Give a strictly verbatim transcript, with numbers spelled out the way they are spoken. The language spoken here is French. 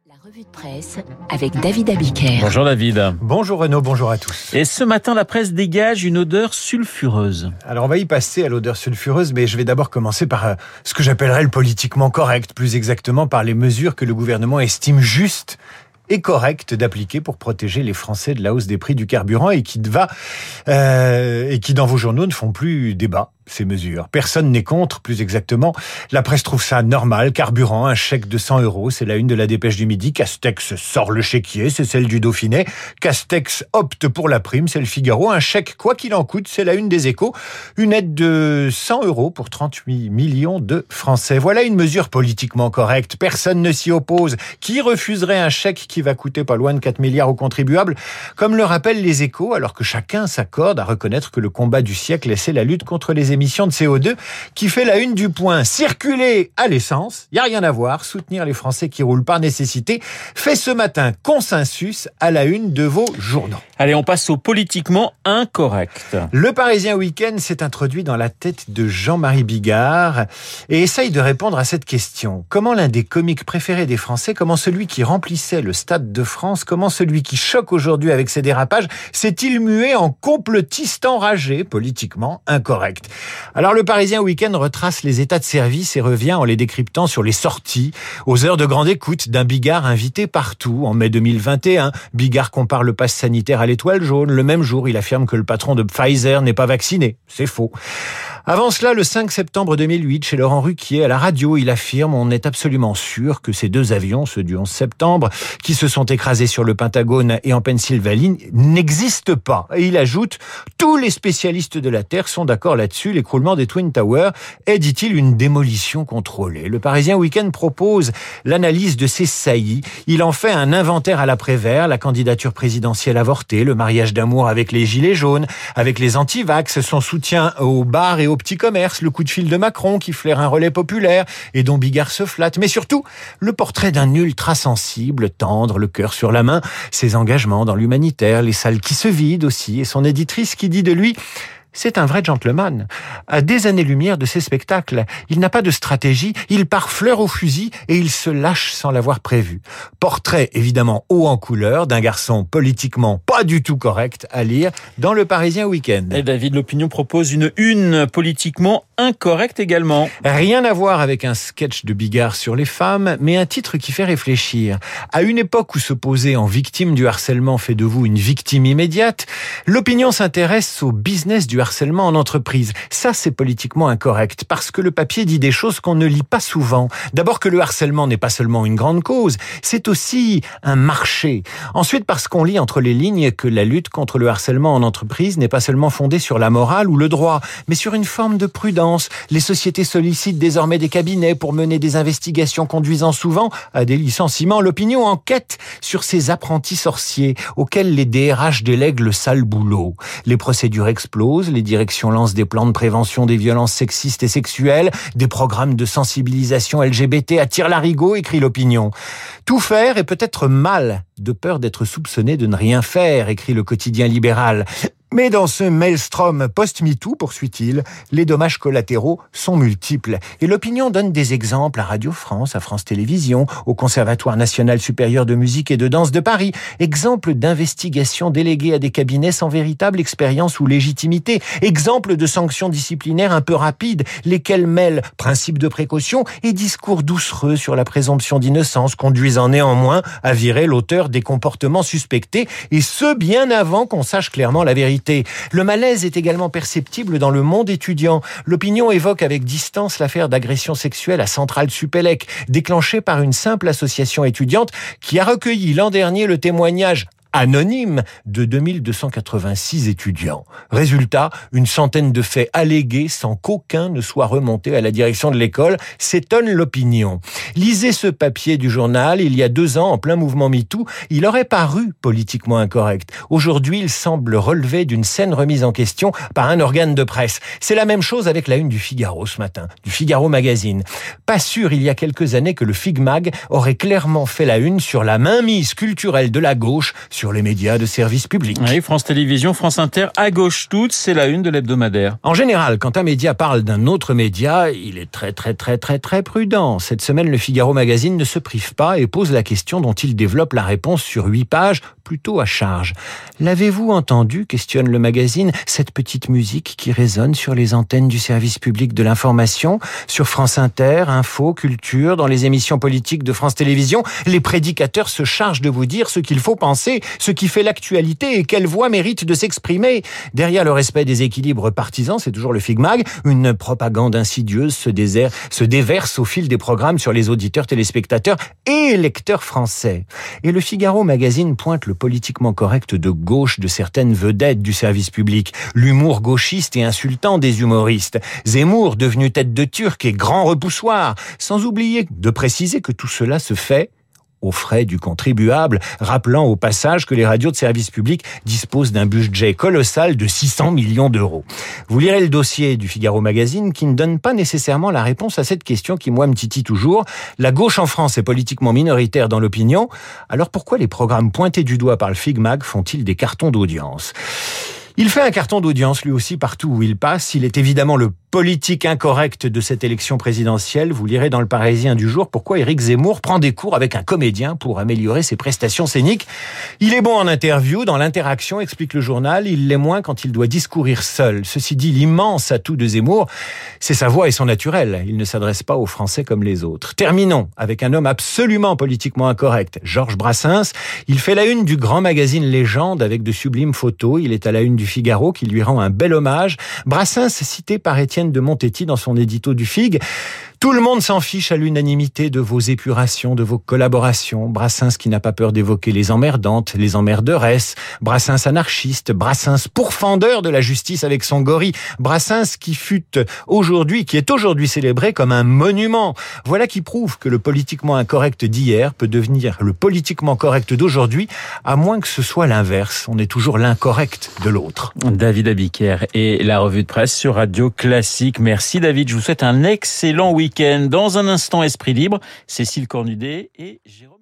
La revue de presse avec David Abiker. Bonjour David. Bonjour Renaud, bonjour à tous. Et ce matin, la presse dégage une odeur sulfureuse. Alors on va y passer à l'odeur sulfureuse, mais je vais d'abord commencer par euh, ce que j'appellerais le politiquement correct, plus exactement par les mesures que le gouvernement estime justes et correct d'appliquer pour protéger les Français de la hausse des prix du carburant et qui va euh, et qui dans vos journaux ne font plus débat. Ces mesures. Personne n'est contre, plus exactement. La presse trouve ça normal. Carburant, un chèque de cent euros, c'est la une de la Dépêche du Midi. Castex sort le chéquier, c'est celle du Dauphiné. Castex opte pour la prime, c'est le Figaro. Un chèque, quoi qu'il en coûte, c'est la une des Échos. Une aide de cent euros pour trente-huit millions de Français. Voilà une mesure politiquement correcte. Personne ne s'y oppose. Qui refuserait un chèque qui va coûter pas loin de quatre milliards aux contribuables? Comme le rappellent les Échos, alors que chacun s'accorde à reconnaître que le combat du siècle, c'est la lutte contre les émissions de C O deux qui fait la une du Point. Circuler à l'essence, il n'y a rien à voir. Soutenir les Français qui roulent par nécessité fait ce matin consensus à la une de vos journaux. Allez, on passe au politiquement incorrect. Le Parisien Week-end s'est introduit dans la tête de Jean-Marie Bigard et essaye de répondre à cette question. Comment l'un des comiques préférés des Français, comment celui qui remplissait le Stade de France, comment celui qui choque aujourd'hui avec ses dérapages, s'est-il mué en complotiste enragé, politiquement incorrect? Alors le Parisien Week-end retrace les états de service et revient en les décryptant sur les sorties, aux heures de grande écoute d'un Bigard invité partout. En mai deux mille vingt et un, Bigard compare le pass sanitaire à l'étoile jaune. Le même jour, il affirme que le patron de Pfizer n'est pas vacciné. C'est faux. Avant cela, le cinq septembre deux mille huit, chez Laurent Ruquier, à la radio, il affirme « On est absolument sûr que ces deux avions, ceux du onze septembre, qui se sont écrasés sur le Pentagone et en Pennsylvanie, n'existent pas. » Et il ajoute « Tous les spécialistes de la Terre sont d'accord là-dessus. L'écroulement des Twin Towers est, dit-il, une démolition contrôlée. » Le Parisien Week-end propose l'analyse de ces saillies. Il en fait un inventaire à l'après-vert, la candidature présidentielle avortée, le mariage d'amour avec les gilets jaunes, avec les anti-vax, son soutien aux bars et aux petit commerce, le coup de fil de Macron qui flaire un relais populaire et dont Bigard se flatte, mais surtout le portrait d'un ultra sensible, tendre, le cœur sur la main, ses engagements dans l'humanitaire, les salles qui se vident aussi, et son éditrice qui dit de lui « C'est un vrai gentleman. À des années-lumière de ses spectacles, il n'a pas de stratégie, il part fleur au fusil et il se lâche sans l'avoir prévu. » Portrait évidemment haut en couleur d'un garçon politiquement pas du tout correct à lire dans le Parisien Week-end. Et David, l'Opinion propose une une politiquement incorrecte également. Rien à voir avec un sketch de Bigard sur les femmes, mais un titre qui fait réfléchir. À une époque où se poser en victime du harcèlement fait de vous une victime immédiate, l'Opinion s'intéresse au business du harcèlement en entreprise. Ça, c'est politiquement incorrect, parce que le papier dit des choses qu'on ne lit pas souvent. D'abord que le harcèlement n'est pas seulement une grande cause, c'est aussi un marché. Ensuite, parce qu'on lit entre les lignes que la lutte contre le harcèlement en entreprise n'est pas seulement fondée sur la morale ou le droit, mais sur une forme de prudence. Les sociétés sollicitent désormais des cabinets pour mener des investigations conduisant souvent à des licenciements. L'Opinion enquête sur ces apprentis sorciers auxquels les D R H délèguent le sale boulot. Les procédures explosent, les directions lancent des plans de prévention des violences sexistes et sexuelles, des programmes de sensibilisation L G B T à tire-larigot, écrit l'Opinion. Tout faire est peut-être mal, de peur d'être soupçonné de ne rien faire, écrit le quotidien libéral. Mais dans ce maelstrom post-MeToo, poursuit-il, les dommages collatéraux sont multiples. Et l'Opinion donne des exemples à Radio France, à France Télévisions, au Conservatoire national supérieur de musique et de danse de Paris. Exemples d'investigations déléguées à des cabinets sans véritable expérience ou légitimité. Exemples de sanctions disciplinaires un peu rapides, lesquelles mêlent principe de précaution et discours doucereux sur la présomption d'innocence, conduisant néanmoins à virer l'auteur des comportements suspectés, et ce bien avant qu'on sache clairement la vérité. Le malaise est également perceptible dans le monde étudiant. L'Opinion évoque avec distance l'affaire d'agression sexuelle à Centrale Supélec, déclenchée par une simple association étudiante qui a recueilli l'an dernier le témoignage anonyme de deux mille deux cent quatre-vingt-six étudiants. Résultat, une centaine de faits allégués sans qu'aucun ne soit remonté à la direction de l'école, s'étonne l'Opinion. Lisez ce papier du journal, il y a deux ans, en plein mouvement MeToo, il aurait paru politiquement incorrect. Aujourd'hui, il semble relever d'une saine remise en question par un organe de presse. C'est la même chose avec la une du Figaro ce matin, du Figaro Magazine. Pas sûr, il y a quelques années, que le Figmag aurait clairement fait la une sur la mainmise culturelle de la gauche sur les médias de service public. Oui, France Télévisions, France Inter, à gauche toute, c'est la une de l'hebdomadaire. En général, quand un média parle d'un autre média, il est très très très très très prudent. Cette semaine, le Figaro Magazine ne se prive pas et pose la question dont il développe la réponse sur huit pages, plutôt à charge. L'avez-vous entendu, questionne le magazine, cette petite musique qui résonne sur les antennes du service public de l'information, sur France Inter, Info, Culture, dans les émissions politiques de France Télévisions, les prédicateurs se chargent de vous dire ce qu'il faut penser, ce qui fait l'actualité et quelle voix mérite de s'exprimer. Derrière le respect des équilibres partisans, c'est toujours le Figmag, une propagande insidieuse se, désert, se déverse au fil des programmes sur les auditeurs, téléspectateurs et lecteurs français. Et le Figaro Magazine pointe le politiquement correct de gauche de certaines vedettes du service public, l'humour gauchiste et insultant des humoristes, Zemmour devenu tête de turc et grand repoussoir, sans oublier de préciser que tout cela se fait aux frais du contribuable, rappelant au passage que les radios de service public disposent d'un budget colossal de six cents millions d'euros. Vous lirez le dossier du Figaro Magazine qui ne donne pas nécessairement la réponse à cette question qui, moi, me titille toujours. La gauche en France est politiquement minoritaire dans l'opinion. Alors pourquoi les programmes pointés du doigt par le Figmag font-ils des cartons d'audience ? Il fait un carton d'audience lui aussi partout où il passe. Il est évidemment le politique incorrect de cette élection présidentielle. Vous lirez dans le Parisien du jour pourquoi Éric Zemmour prend des cours avec un comédien pour améliorer ses prestations scéniques. Il est bon en interview, dans l'interaction, explique le journal. Il l'est moins quand il doit discourir seul. Ceci dit, l'immense atout de Zemmour, c'est sa voix et son naturel. Il ne s'adresse pas aux Français comme les autres. Terminons avec un homme absolument politiquement incorrect, Georges Brassens. Il fait la une du grand magazine Légende avec de sublimes photos. Il est à la une du Figaro qui lui rend un bel hommage. Brassens, cité par Étienne de Montetti dans son édito du Fig. Tout le monde s'en fiche à l'unanimité de vos épurations, de vos collaborations. Brassens qui n'a pas peur d'évoquer les emmerdantes, les emmerderesses. Brassens anarchiste, Brassens pourfendeur de la justice avec son gorille. Brassens qui fut aujourd'hui, qui est aujourd'hui célébré comme un monument. Voilà qui prouve que le politiquement incorrect d'hier peut devenir le politiquement correct d'aujourd'hui, à moins que ce soit l'inverse. On est toujours l'incorrect de l'autre. David Abiker et la revue de presse sur Radio Classique. Merci David, je vous souhaite un excellent week-end. Dans un instant, Esprit Libre, Cécile Cornudet et Jérôme